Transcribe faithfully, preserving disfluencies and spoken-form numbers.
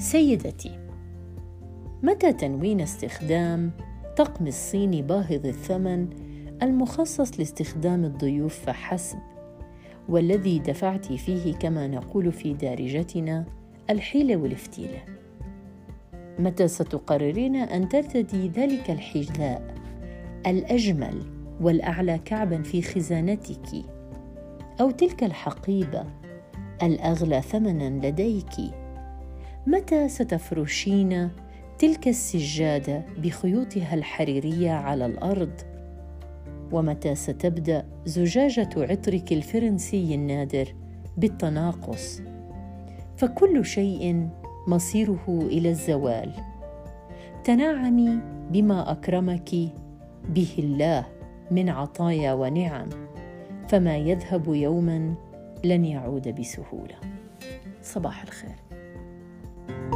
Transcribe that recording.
سيدتي، متى تنوين استخدام طقم الصيني باهظ الثمن المخصص لاستخدام الضيوف فحسب، والذي دفعت فيه كما نقول في دارجتنا الحيلة والفتيلة؟ متى ستقررين أن ترتدي ذلك الحذاء الأجمل والأعلى كعباً في خزانتك، أو تلك الحقيبة الأغلى ثمناً لديك؟ متى ستفرشين تلك السجادة بخيوطها الحريرية على الأرض؟ ومتى ستبدأ زجاجة عطرك الفرنسي النادر بالتناقص؟ فكل شيء مصيره إلى الزوال. تنعمي بما أكرمك به الله من عطايا ونعم، فما يذهب يوماً لن يعود بسهولة. صباح الخير.